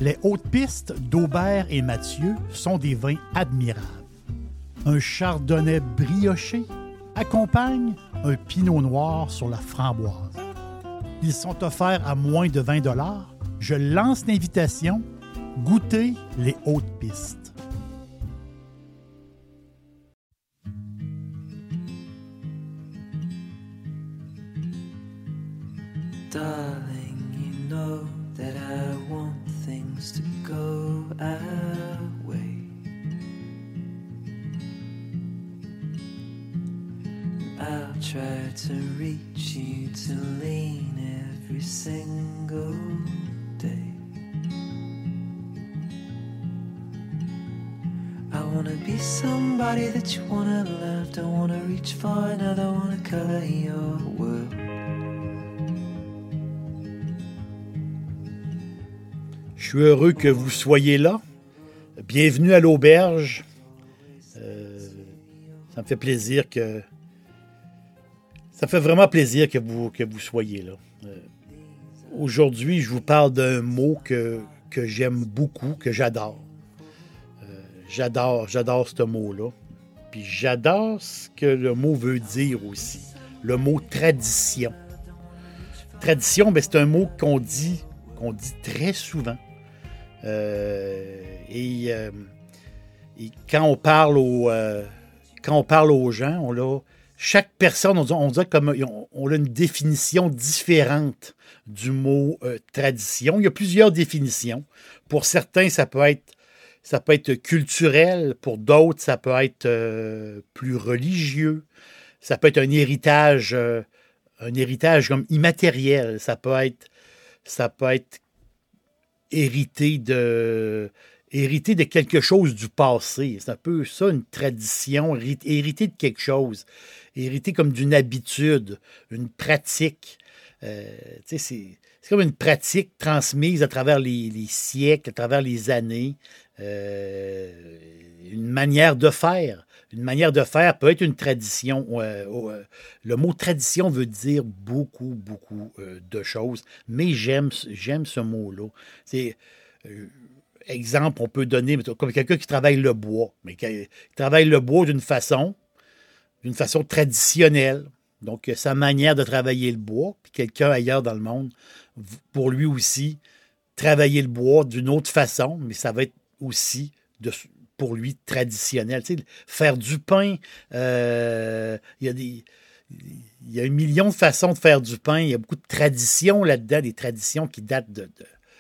Les hautes pistes d'Aubert et Mathieu sont des vins admirables. Un chardonnay brioché accompagne un pinot noir sur la framboise. Ils sont offerts à moins de 20 $. Je lance l'invitation. Goûtez les hautes pistes. Darling, you know that I want things to go our way. I'll try to reach you to lean every single day. I wanna be somebody that you wanna love. Don't wanna reach for another, wanna color your world. Je suis heureux que vous soyez là. Bienvenue à l'auberge. Ça me fait plaisir que... Ça me fait vraiment plaisir que vous soyez là. Aujourd'hui, je vous parle d'un mot que j'aime beaucoup, que j'adore. J'adore ce mot-là. Puis j'adore ce que le mot veut dire aussi. Le mot tradition. Tradition, c'est un mot qu'on dit très souvent. Et quand on parle aux gens, chaque personne, on dirait comme on a une définition différente du mot tradition. Il y a plusieurs définitions. Pour certains, ça peut être culturel. Pour d'autres, ça peut être plus religieux. Ça peut être un héritage comme immatériel. Ça peut être hérité de quelque chose du passé. C'est un peu ça, une tradition, hérité de quelque chose, hérité comme d'une habitude, une pratique. C'est comme une pratique transmise à travers les siècles, à travers les années, une manière de faire. Une manière de faire peut être une tradition. Le mot tradition veut dire beaucoup, beaucoup de choses, mais j'aime ce mot-là. Exemple, on peut donner comme quelqu'un qui travaille le bois, mais qui travaille le bois d'une façon traditionnelle. Donc, sa manière de travailler le bois, puis quelqu'un ailleurs dans le monde, pour lui aussi, travailler le bois d'une autre façon, mais ça va être aussi pour lui traditionnel. Tu sais, faire du pain, il y a un million de façons de faire du pain. Il y a beaucoup de traditions là-dedans, des traditions qui datent de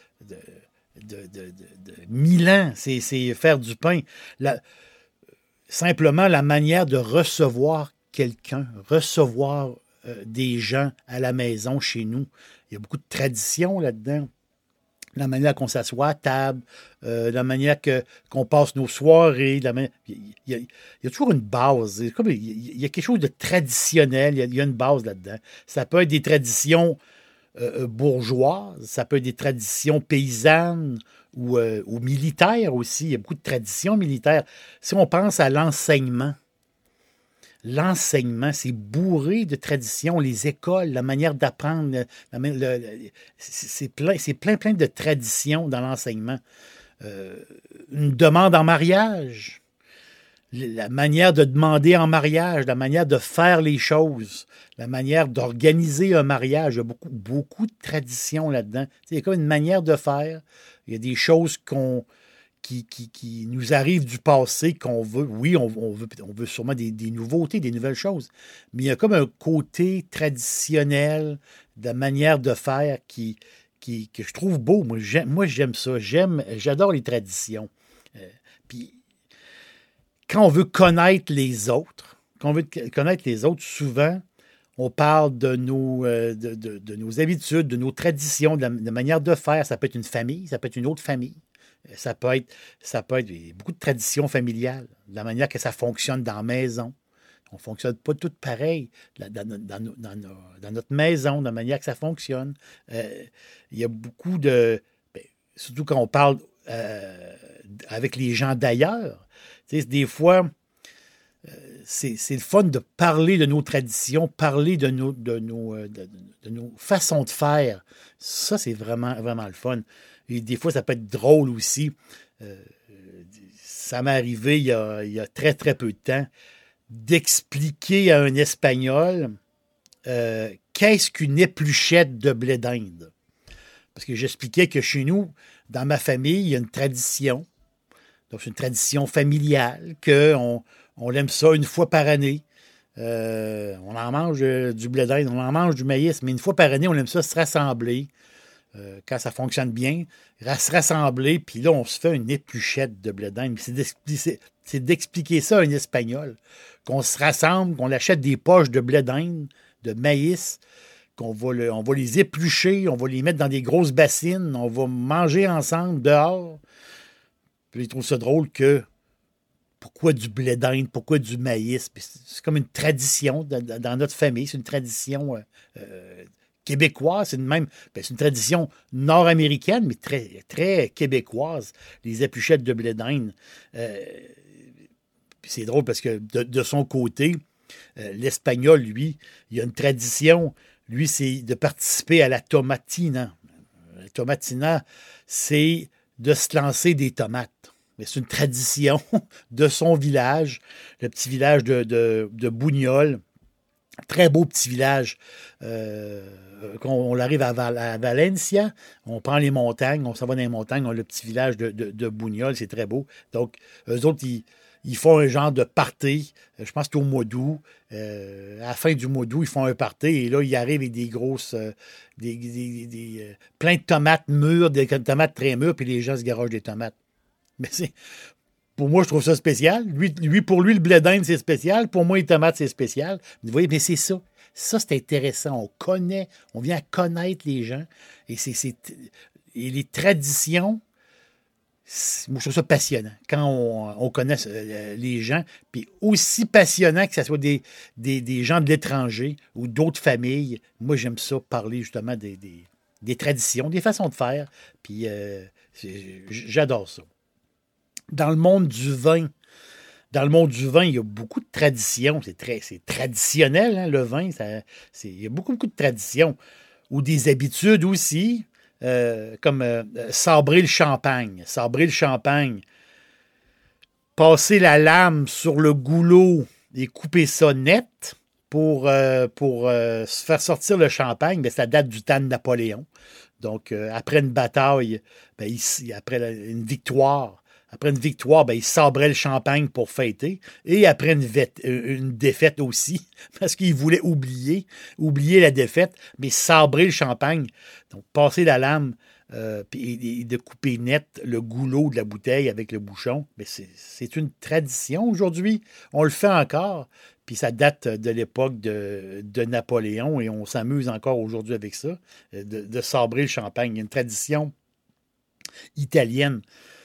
1000 ans. C'est faire du pain. Simplement, la manière de recevoir quelqu'un, recevoir des gens à la maison, chez nous. Il y a beaucoup de traditions là-dedans. La manière qu'on s'assoit à table, la manière qu'on passe nos soirées. Il y a toujours une base. Il y a quelque chose de traditionnel. Il y a une base là-dedans. Ça peut être des traditions bourgeoises, ça peut être des traditions paysannes ou militaires aussi. Il y a beaucoup de traditions militaires. Si on pense à l'enseignement, c'est bourré de traditions. Les écoles, la manière d'apprendre, c'est plein de traditions dans l'enseignement. Une demande en mariage, la manière de demander en mariage, la manière de faire les choses, la manière d'organiser un mariage. Il y a beaucoup de traditions là-dedans. Il y a comme une manière de faire. Il y a des choses qui nous arrivent du passé qu'on veut. Oui, on veut sûrement des nouveautés, des nouvelles choses. Mais il y a comme un côté traditionnel de la manière de faire que je trouve beau. Moi, j'aime ça. J'adore les traditions. Puis, quand on veut connaître les autres, souvent, on parle de nos habitudes, de nos traditions, de la manière de faire. Ça peut être une famille, ça peut être une autre famille. Ça peut être beaucoup de traditions familiales, de la manière que ça fonctionne dans la maison. On ne fonctionne pas toutes pareil dans notre maison, de la manière que ça fonctionne. Il y a beaucoup surtout quand on parle avec les gens d'ailleurs, tu sais, des fois, c'est le fun de parler de nos traditions, parler de nos façons de faire. Ça, c'est vraiment, vraiment le fun. Et des fois, ça peut être drôle aussi. Euh, Ça m'est arrivé il y a très, très peu de temps d'expliquer à un Espagnol qu'est-ce qu'une épluchette de blé d'Inde. Parce que j'expliquais que chez nous, dans ma famille, il y a une tradition. Donc, c'est une tradition familiale on aime ça une fois par année. On en mange du blé d'Inde, on en mange du maïs, mais une fois par année, on aime ça se rassembler. Quand ça fonctionne bien, se rassembler, puis là, on se fait une épluchette de blé d'Inde. C'est d'expliquer ça à un Espagnol, qu'on se rassemble, qu'on achète des poches de blé d'Inde, de maïs, on va les éplucher, on va les mettre dans des grosses bassines, on va manger ensemble dehors. Puis ils trouvent ça drôle que pourquoi du blé d'Inde, pourquoi du maïs? Puis c'est comme une tradition dans notre famille, c'est une tradition québécoise, c'est une tradition nord-américaine, mais très, très québécoise, les épluchettes de blé d'Inde. Puis c'est drôle parce que de son côté, l'Espagnol, lui, il a une tradition, lui, c'est de participer à la tomatina. La tomatina, c'est de se lancer des tomates. Mais c'est une tradition de son village, le petit village de Bougnols. Très beau petit village. Quand on arrive à Valencia, on prend les montagnes, on s'en va dans les montagnes, on a le petit village de Bougnols, c'est très beau. Donc, eux autres, ils font un genre de party, je pense que c'est au mois d'août. À la fin du mois d'août, ils font un party et là, ils arrivent avec des grosses, plein de tomates mûres, des tomates très mûres, puis les gens se garagent des tomates. Mais pour moi, je trouve ça spécial. Pour lui, le blé d'Inde, c'est spécial. Pour moi, les tomates, c'est spécial. Vous voyez, mais c'est ça. Ça, c'est intéressant. On vient connaître les gens. Et les traditions, moi, je trouve ça passionnant. Quand on connaît les gens, puis aussi passionnant que ce soit des gens de l'étranger ou d'autres familles. Moi, j'aime ça, parler justement des traditions, des façons de faire. Puis j'adore ça. Dans le monde du vin, il y a beaucoup de traditions. C'est traditionnel, hein, le vin. Il y a beaucoup, beaucoup de traditions. Ou des habitudes aussi, comme sabrer le champagne. Sabrer le champagne. Passer la lame sur le goulot et couper ça net pour se faire sortir le champagne. Bien, ça date du temps de Napoléon. Donc, après une bataille, après une victoire, il sabrait le champagne pour fêter. Et après une défaite aussi, parce qu'il voulait oublier la défaite, mais sabrer le champagne. Donc, passer la lame et de couper net le goulot de la bouteille avec le bouchon. Mais c'est une tradition aujourd'hui. On le fait encore. Puis ça date de l'époque de Napoléon et on s'amuse encore aujourd'hui avec ça, de sabrer le champagne. Il y a une tradition italienne.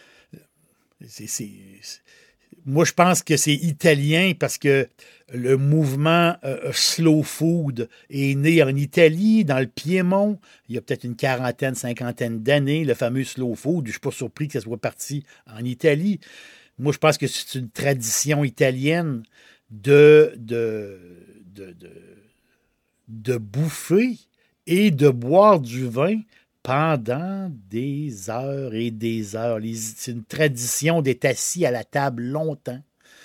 Moi, je pense que c'est italien parce que le mouvement slow food est né en Italie, dans le Piémont, il y a peut-être une quarantaine, cinquantaine d'années, le fameux slow food. Je ne suis pas surpris que ça soit parti en Italie. Moi, je pense que c'est une tradition italienne de bouffer et de boire du vin pendant des heures et des heures. C'est une tradition d'être assis à la table longtemps.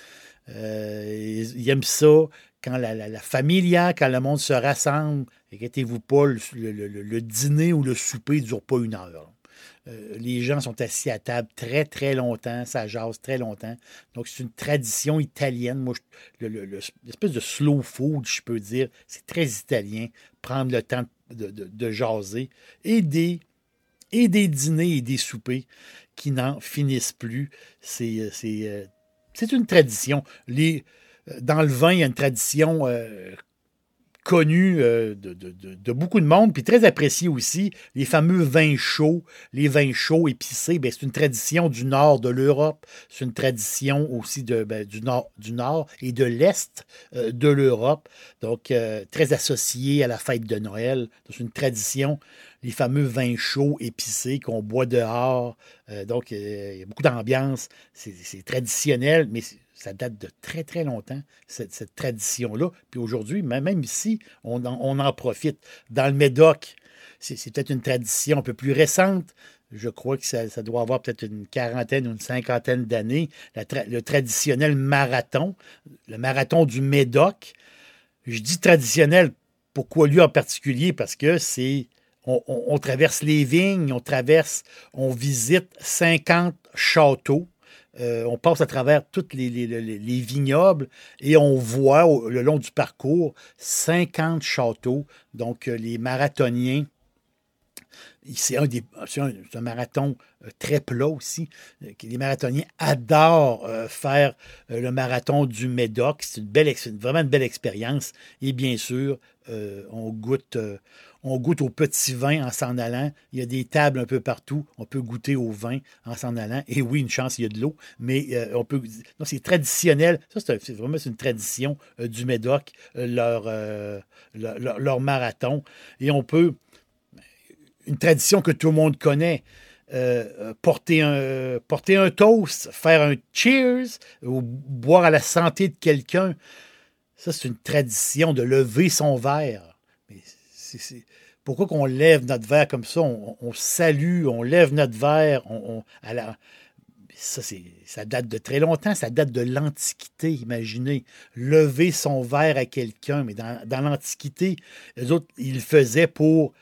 Ils aiment ça quand la familia, quand le monde se rassemble. Inquiétez-vous pas, le dîner ou le souper ne dure pas une heure. Les gens sont assis à table très, très longtemps, ça jase très longtemps. Donc, c'est une tradition italienne. Moi, l'espèce de slow food, je peux dire, c'est très italien. Prendre le temps de jaser et des dîners et des soupers qui n'en finissent plus. C'est une tradition. Dans le vin, il y a une tradition connue de beaucoup de monde, puis très appréciée aussi, les fameux vins chauds, les vins chauds épicés. Bien, c'est une tradition du nord de l'Europe, c'est une tradition aussi du nord et de l'est de l'Europe, donc très associée à la fête de Noël. C'est une tradition, les fameux vins chauds épicés qu'on boit dehors, donc il y a beaucoup d'ambiance, c'est traditionnel, mais Ça date de très, très longtemps, cette tradition-là. Puis aujourd'hui, même ici, on en profite. Dans le Médoc, c'est peut-être une tradition un peu plus récente. Je crois que ça doit avoir peut-être une quarantaine ou une cinquantaine d'années. Le traditionnel marathon, le marathon du Médoc. Je dis traditionnel, pourquoi lui en particulier? Parce que on traverse les vignes, on visite 50 châteaux. On passe à travers tous les vignobles et on voit le long du parcours 50 châteaux. Donc, les marathoniens, c'est un marathon très plat aussi. Les marathoniens adorent faire le marathon du Médoc. C'est vraiment une belle expérience. Et bien sûr, on goûte au petit vin en s'en allant. Il y a des tables un peu partout. On peut goûter au vin en s'en allant. Et oui, une chance, il y a de l'eau, mais on peut. Non, c'est traditionnel. Ça, c'est vraiment une tradition du Médoc, leur marathon. Et on peut. Une tradition que tout le monde connaît. Porter un toast, faire un cheers, ou boire à la santé de quelqu'un. Ça, c'est une tradition de lever son verre. Mais pourquoi qu'on lève notre verre comme ça? On salue, on lève notre verre. Ça date de très longtemps, ça date de l'Antiquité, imaginez. Lever son verre à quelqu'un, mais dans l'Antiquité, les autres, ils le faisaient pour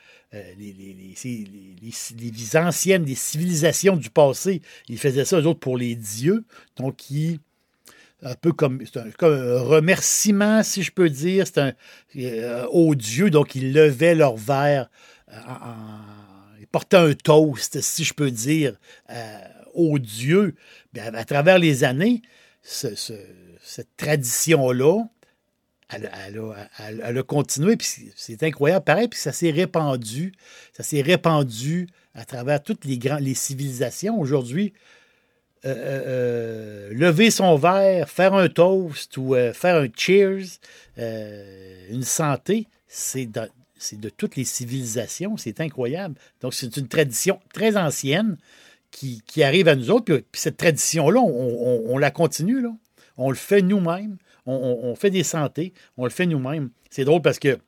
les anciennes, les civilisations du passé. Ils faisaient ça, eux autres, pour les dieux. Donc, un peu comme un remerciement, si je peux dire. C'est aux dieux. Donc, ils levaient leur verre, ils portaient un toast, si je peux dire, aux dieux. Bien, à travers les années, cette tradition-là, elle a continué, puis c'est incroyable. Pareil, puis ça s'est répandu. Ça s'est répandu à travers toutes les civilisations. Aujourd'hui, lever son verre, faire un toast ou faire un cheers, une santé, c'est de toutes les civilisations. C'est incroyable. Donc, c'est une tradition très ancienne qui arrive à nous autres. Puis cette tradition-là, on la continue, là. On le fait nous-mêmes. On fait des santés. On le fait nous-mêmes. C'est drôle parce que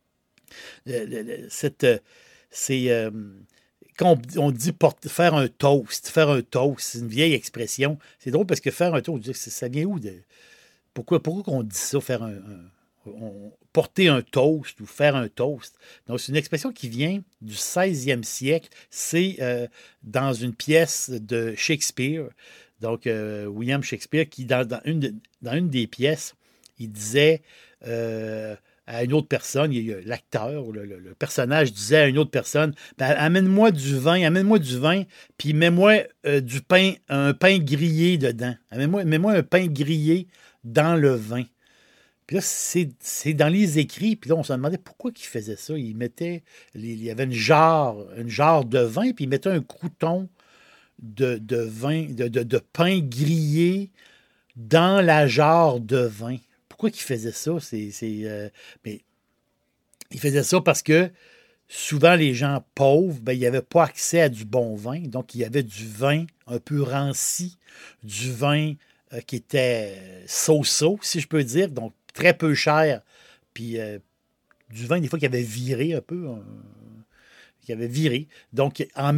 quand on dit faire un toast, c'est une vieille expression. C'est drôle parce que faire un toast, ça vient où? Pourquoi qu'on dit ça, porter un toast ou faire un toast? Donc, c'est une expression qui vient du 16e siècle. C'est dans une pièce de Shakespeare. Donc, William Shakespeare, qui, dans une des pièces, il disait à une autre personne, l'acteur, le personnage disait à une autre personne, ben, amène-moi du vin, puis mets-moi un pain grillé dedans. Mets-moi un pain grillé dans le vin. Puis là, c'est dans les écrits, puis là, on se demandait pourquoi il faisait ça. Il y avait une jarre de vin, puis il mettait un croûton de vin, de pain grillé dans la jarre de vin. Pourquoi il faisait ça? Mais il faisait ça parce que souvent, les gens pauvres, ben, ils n'avaient pas accès à du bon vin. Donc, il y avait du vin un peu ranci, du vin qui était so-so, si je peux dire, donc très peu cher. Puis du vin, des fois, qui avait viré un peu. Qui avait viré. Donc, en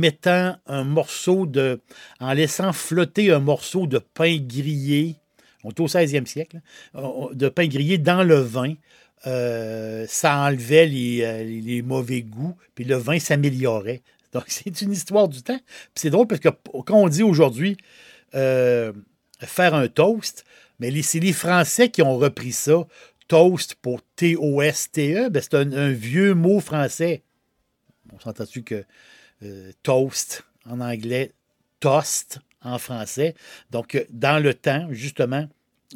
laissant flotter un morceau de pain grillé, on est au 16e siècle, de pain grillé dans le vin, ça enlevait les mauvais goûts, puis le vin s'améliorait. Donc, c'est une histoire du temps. Puis c'est drôle parce que quand on dit aujourd'hui faire un toast, mais c'est les Français qui ont repris ça. Toast pour T-O-S-T-E, ben c'est un vieux mot français. On s'entend-tu que toast en anglais, toast en français. Donc, dans le temps, justement,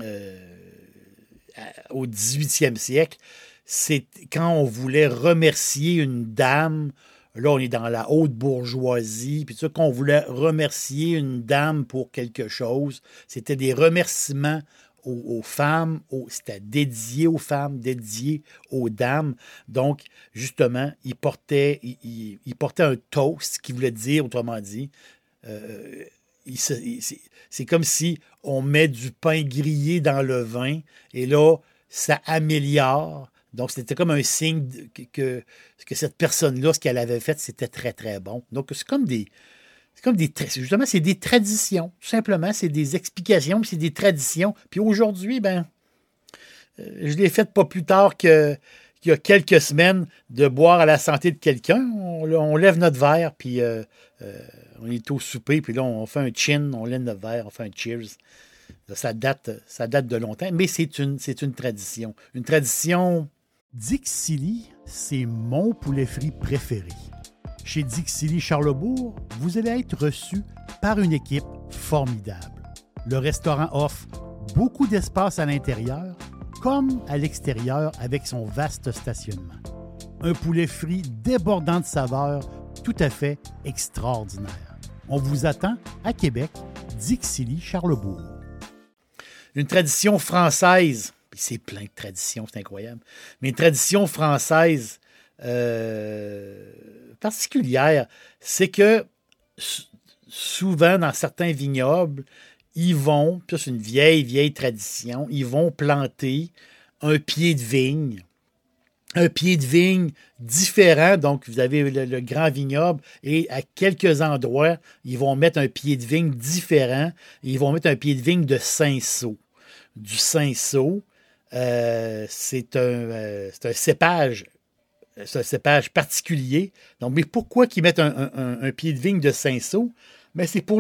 au 18e siècle, c'est quand on voulait remercier une dame. Là, on est dans la haute bourgeoisie. Puis ça, quand on voulait remercier une dame pour quelque chose, c'était des remerciements aux femmes, c'était dédié aux femmes, dédié aux dames. Donc, justement, il portait un toast, qui voulait dire, autrement dit, c'est comme si on met du pain grillé dans le vin et là, ça améliore. Donc, c'était comme un signe que cette personne-là, ce qu'elle avait fait, c'était très, très bon. Donc, justement, c'est des traditions. Tout simplement, c'est des explications, puis c'est des traditions. Puis aujourd'hui, je l'ai fait pas plus tard qu'il y a quelques semaines de boire à la santé de quelqu'un. On lève notre verre, puis on est au souper, puis là, on fait un chin, on lève notre verre, on fait un cheers. Là, ça date de longtemps, mais c'est une tradition. Une tradition. Dixili, c'est mon poulet frit préféré. Chez Dixili Charlebourg, vous allez être reçu par une équipe formidable. Le restaurant offre beaucoup d'espace à l'intérieur comme à l'extérieur avec son vaste stationnement. Un poulet frit débordant de saveurs tout à fait extraordinaire. On vous attend à Québec, Dixili Charlebourg. Une tradition française, puis c'est plein de traditions, c'est incroyable, mais une tradition française particulière, c'est que souvent dans certains vignobles, ils vont, puis c'est une vieille tradition, ils vont planter un pied de vigne. Un pied de vigne différent, donc vous avez le grand vignoble et à quelques endroits, ils vont mettre un pied de vigne différent et ils vont mettre un pied de vigne de Cinsault. Du Cinsault, c'est un cépage. C'est un cépage particulier. Donc, mais pourquoi qu'ils mettent un pied de vigne de Cinsault? Mais c'est pour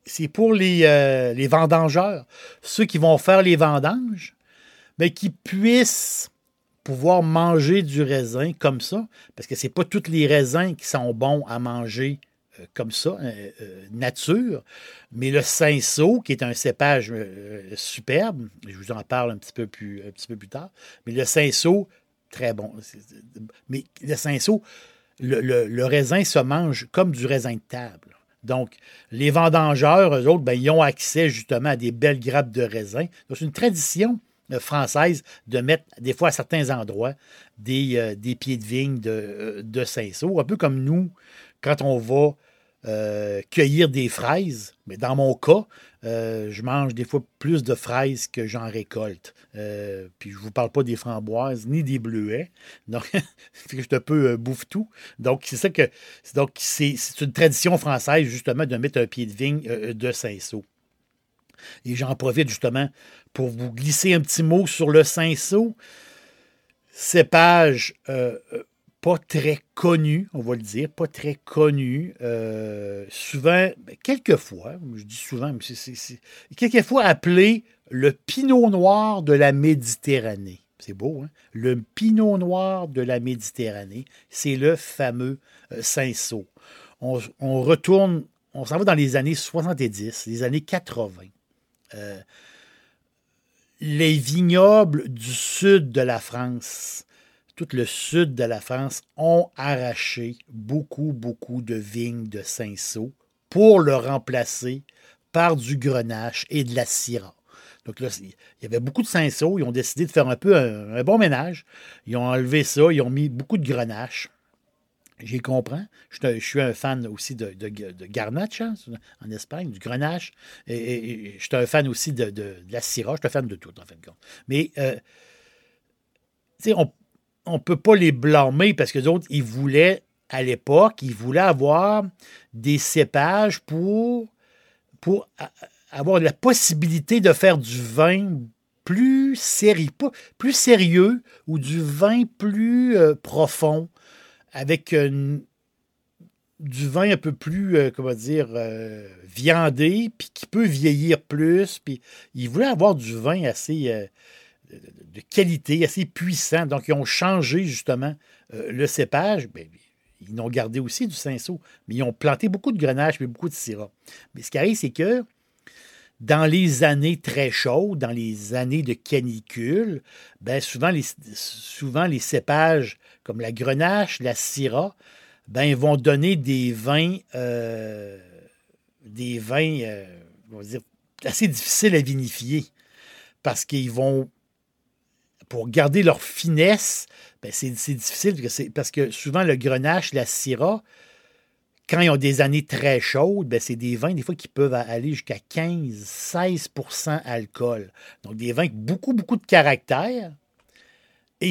les vendangeurs, ceux qui vont faire les vendanges, mais qui puissent pouvoir manger du raisin comme ça, parce que c'est pas tous les raisins qui sont bons à manger comme ça, nature, mais le Cinsault, qui est un cépage superbe, je vous en parle un petit peu plus tard, mais le Cinsault, très bon. Mais le Cinsault, le raisin se mange comme du raisin de table. Donc, les vendangeurs, eux autres, ils ont accès justement à des belles grappes de raisin. Donc, c'est une tradition française de mettre, des fois à certains endroits, des pieds de vigne de Cinsault. Un peu comme nous, quand on va cueillir des fraises. Mais dans mon cas, je mange des fois plus de fraises que j'en récolte. Puis je ne vous parle pas des framboises ni des bleuets. Donc, je te peu bouffe tout. Donc, c'est ça que. Donc, c'est une tradition française, justement, de mettre un pied de vigne de Cinsault. Et j'en profite justement pour vous glisser un petit mot sur le Cinsault. Cépage pas très connu, on va le dire, pas très connu. Souvent, quelquefois, je dis souvent, mais c'est quelquefois appelé le pinot noir de la Méditerranée. C'est beau, hein? Le pinot noir de la Méditerranée, c'est le fameux Cinsault. On s'en va dans les années 70, les années 80. Les vignobles du sud de la France, tout le sud de la France, ont arraché beaucoup de vignes de Cinsault pour le remplacer par du grenache et de la syrah. Donc là, il y avait beaucoup de Cinsault. Ils ont décidé de faire un peu un bon ménage. Ils ont enlevé ça. Ils ont mis beaucoup de grenache. J'y comprends. Je suis un fan aussi de Garnacha en Espagne, du grenache. Et je suis un fan aussi de la syrah. Je suis un fan de tout, en fin de compte. Mais, tu sais, on ne peut pas les blâmer parce que d'autres, ils voulaient, à l'époque, avoir des cépages pour avoir la possibilité de faire du vin plus sérieux ou du vin plus profond, avec du vin un peu plus, viandé, puis qui peut vieillir plus. Puis ils voulaient avoir du vin assez de qualité, assez puissant. Donc, ils ont changé justement le cépage. Bien, ils ont gardé aussi du Cinsault, mais ils ont planté beaucoup de grenache et beaucoup de syrah. Mais ce qui arrive, c'est que dans les années très chaudes, dans les années de canicule, bien, souvent les cépages comme la grenache, la syrah, bien, vont donner des vins, on va dire, assez difficiles à vinifier parce qu'ils vont, pour garder leur finesse, bien, c'est difficile parce que souvent le grenache, la syrah, quand ils ont des années très chaudes, ben c'est des vins, des fois, qui peuvent aller jusqu'à 15-16 % alcool. Donc, des vins avec beaucoup, beaucoup de caractère. Et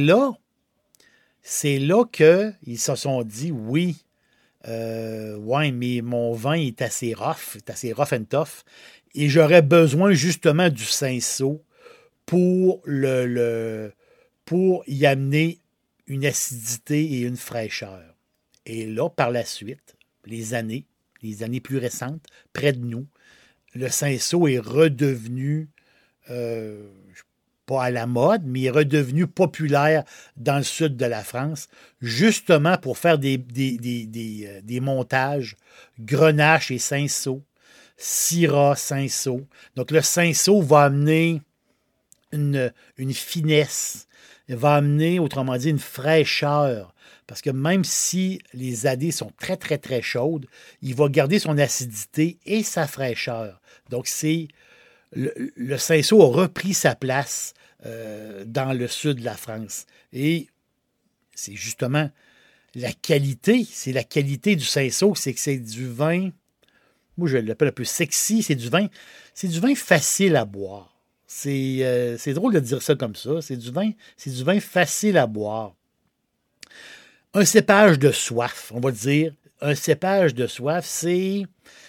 c'est là qu'ils se sont dit, oui, ouais, mais mon vin est assez rough and tough. Et j'aurais besoin justement du cinsault pour pour y amener une acidité et une fraîcheur. Et là, par la suite, les années plus récentes, près de nous, le cinsault est redevenu, pas à la mode, mais est redevenu populaire dans le sud de la France, justement pour faire des montages Grenache et cinsault, Syrah, cinsault. Donc, le cinsault va amener une finesse, il va amener, autrement dit, une fraîcheur. Parce que même si les années sont très, très, très chaudes, il va garder son acidité et sa fraîcheur. Donc, le cinsault a repris sa place dans le sud de la France. Et c'est justement la qualité du cinsault, c'est que c'est du vin, moi je l'appelle un peu sexy, c'est du vin facile à boire. C'est drôle de dire ça comme ça. C'est du vin facile à boire. Un cépage de soif, on va dire. Un cépage de soif, c'est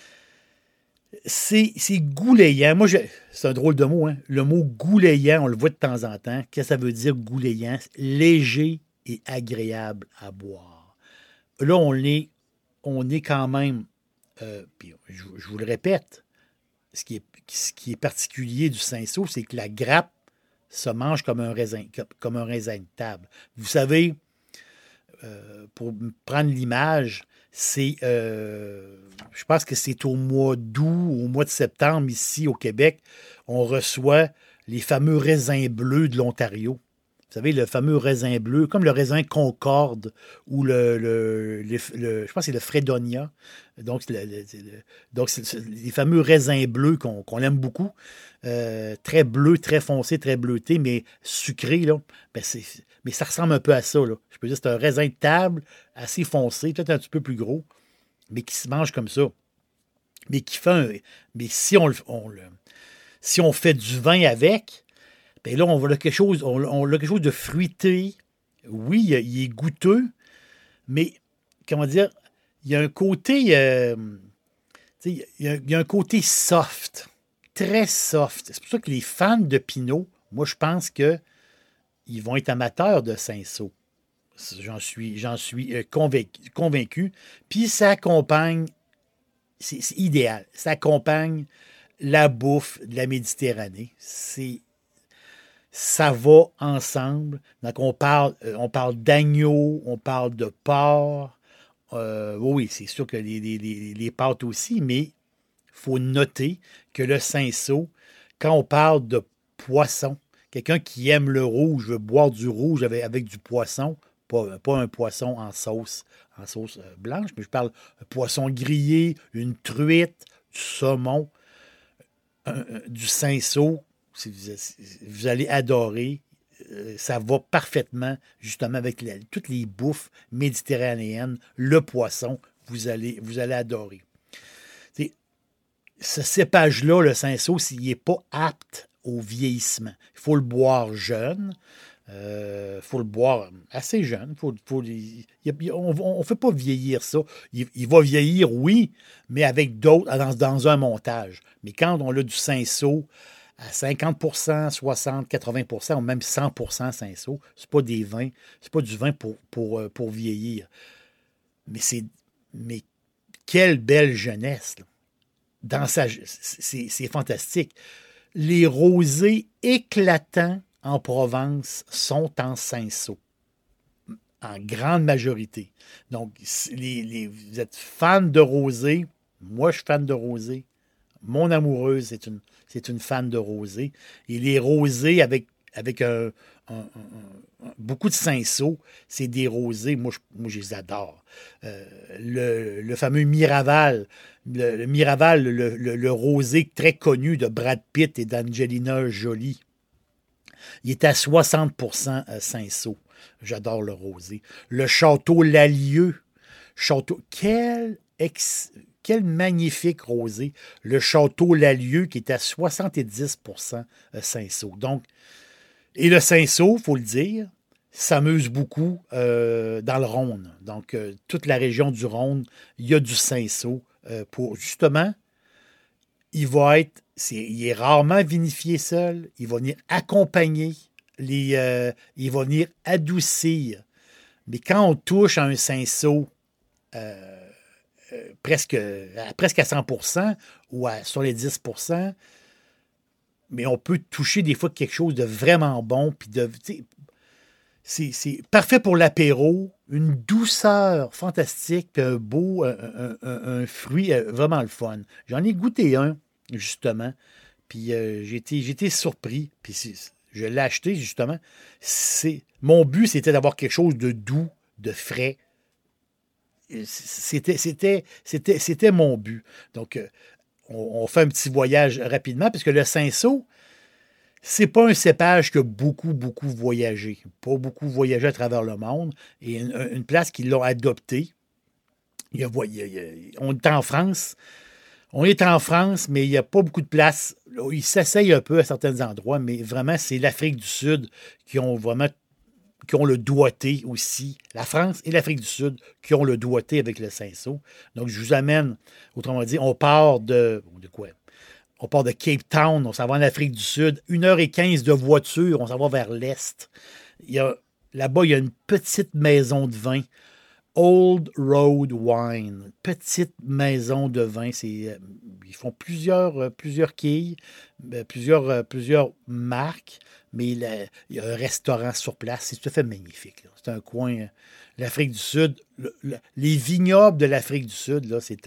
goulayant. C'est un drôle de mot, hein? Le mot goulayant, on le voit de temps en temps. Qu'est-ce que ça veut dire goulayant? Léger et agréable à boire. Là, on est quand même, puis je vous le répète, ce qui est particulier du cinsault, c'est que la grappe se mange comme un raisin de table. Vous savez, pour prendre l'image, je pense que c'est au mois d'août, au mois de septembre, ici au Québec, on reçoit les fameux raisins bleus de l'Ontario. Vous savez, le fameux raisin bleu, comme le raisin Concorde ou je pense que c'est le Fredonia. Donc, c'est les fameux raisins bleus qu'on aime beaucoup. Très bleu, très foncé, très bleuté, mais sucré, là. Mais ça ressemble un peu à ça, là. Je peux dire, c'est un raisin de table assez foncé, peut-être un petit peu plus gros, mais qui se mange comme ça. Mais mais si on fait du vin avec, bien là, on a quelque chose de fruité. Oui, il est goûteux, mais, comment dire, il y a un côté, il y a un côté soft, très soft. C'est pour ça que les fans de Pinot, moi, je pense qu'ils vont être amateurs de cinsault. J'en suis convaincu. Puis ça accompagne, c'est idéal, ça accompagne la bouffe de la Méditerranée. Ça va ensemble. Donc, on parle d'agneau, on parle de porc. Oui, c'est sûr que les pâtes aussi, mais il faut noter que le cinsault, quand on parle de poisson, quelqu'un qui aime le rouge, veut boire du rouge avec du poisson, pas un poisson en sauce blanche, mais je parle un poisson grillé, une truite, du saumon, du cinsault. Vous allez adorer. Ça va parfaitement, justement, avec toutes les bouffes méditerranéennes. Le poisson, vous allez adorer. Ce cépage-là, le cinsault, s'il n'est pas apte au vieillissement. Il faut le boire jeune. Il faut le boire assez jeune. On ne fait pas vieillir ça. Il va vieillir, oui, mais avec d'autres, dans un montage. Mais quand on a du cinsault à 50 %, 60 %, 80 % ou même 100 % cinsault, c'est pas du vin pour vieillir. Mais quelle belle jeunesse, là. C'est fantastique. Les rosés éclatants en Provence sont en cinsault, en grande majorité. Donc, vous êtes fan de rosé. Moi, je suis fan de rosé. Mon amoureuse, c'est une fan de rosé. Et les rosés avec beaucoup de cinsault, c'est des rosés. Moi, je les adore. Le fameux Miraval, le Miraval, le rosé très connu de Brad Pitt et d'Angelina Jolie. Il est à 60 % cinsault. J'adore le rosé. Le Château Lallieu. château. Quel magnifique rosé. Le château Lalieu qui est à 70 Cinsault. Donc, et le Cinsault, il faut le dire, s'amuse beaucoup dans le Rhône. Donc, toute la région du Rhône, il y a du Cinsault pour, justement, il est rarement vinifié seul. Il va venir accompagner, il va venir adoucir. Mais quand on touche à un Cinsault presque à 100% ou sur les 10%, mais on peut toucher des fois quelque chose de vraiment bon. Puis c'est parfait pour l'apéro, une douceur fantastique, puis un fruit vraiment le fun. J'en ai goûté un, justement, puis j'ai été surpris, puis je l'ai acheté, justement. Mon but, c'était d'avoir quelque chose de doux, de frais. C'était mon but. Donc, on fait un petit voyage rapidement, parce que le Cinsault, c'est pas un cépage qui a beaucoup voyagé. Pas beaucoup voyagé à travers le monde. Et une place qui l'ont adopté. On est en France. On est en France, mais il n'y a pas beaucoup de place. Ils s'essayent un peu à certains endroits, mais vraiment, c'est l'Afrique du Sud qui ont le doigté aussi. La France et l'Afrique du Sud qui ont le doigté avec le Cinsault. Donc, je vous amène, autrement dit, on part de quoi? On part de Cape Town, on s'en va en Afrique du Sud. 1h15 de voiture, on s'en va vers l'est. Là-bas, il y a une petite maison de vin. Old Road Wine. Petite maison de vin. Ils font plusieurs quilles, plusieurs marques, mais il y a un restaurant sur place. C'est tout à fait magnifique, là. C'est un coin, l'Afrique du Sud. Les vignobles de l'Afrique du Sud, là, c'est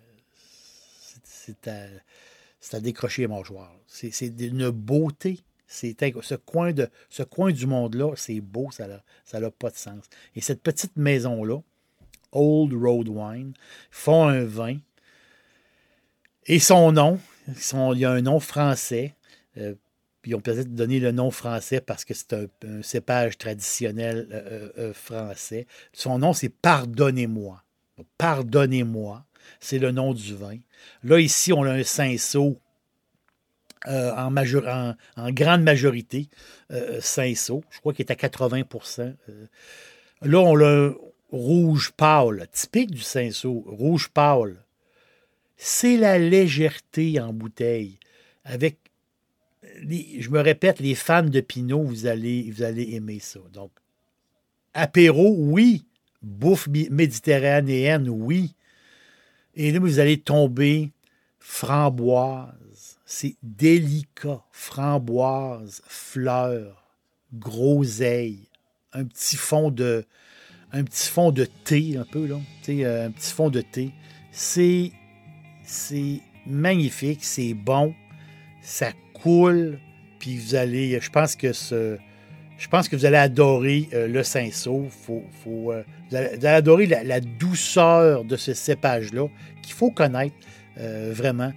à décrocher les mâchoires. C'est d'une beauté. Ce coin du monde-là, c'est beau, ça n'a pas de sens. Et cette petite maison-là, Old Road Wine, font un vin. Et son nom, il y a un nom français. Puis ils ont peut-être donné le nom français parce que c'est un cépage traditionnel français. Son nom, c'est Pardonnez-moi. Pardonnez-moi, c'est le nom du vin. Là, ici, on a un Cinsault en grande majorité. Cinsault, je crois qu'il est à 80%. Là, on a un rouge pâle, typique du Cinsault, rouge pâle. C'est la légèreté en bouteille. Avec, je me répète, les fans de Pinot, vous allez aimer ça. Donc, apéro, oui. Bouffe méditerranéenne, oui. Et là, vous allez tomber framboise. C'est délicat. Framboise, fleurs, groseille, un petit fond de thé, un peu, là. Un petit fond de thé. C'est magnifique, c'est bon, ça coule, puis je pense que vous allez adorer le Cinsault. Vous allez adorer la douceur de ce cépage-là qu'il faut connaître vraiment.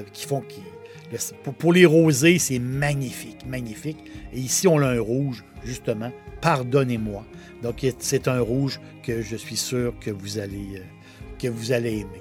Pour les rosés, c'est magnifique, magnifique. Et ici, on a un rouge, justement, Pardonnez-moi. Donc, c'est un rouge que je suis sûr que vous allez aimer.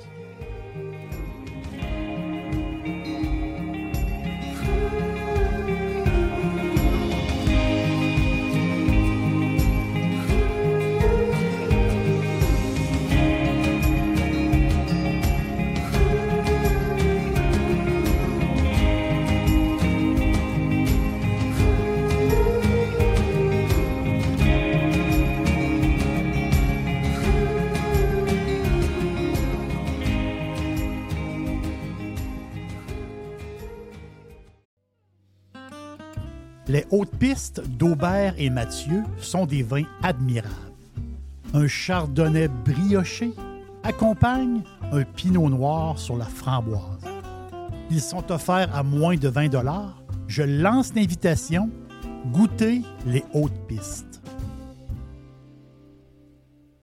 Les hautes pistes d'Aubert et Mathieu sont des vins admirables. Un chardonnay brioché accompagne un pinot noir sur la framboise. Ils sont offerts à moins de 20 $. Je lance l'invitation. Goûtez les hautes pistes.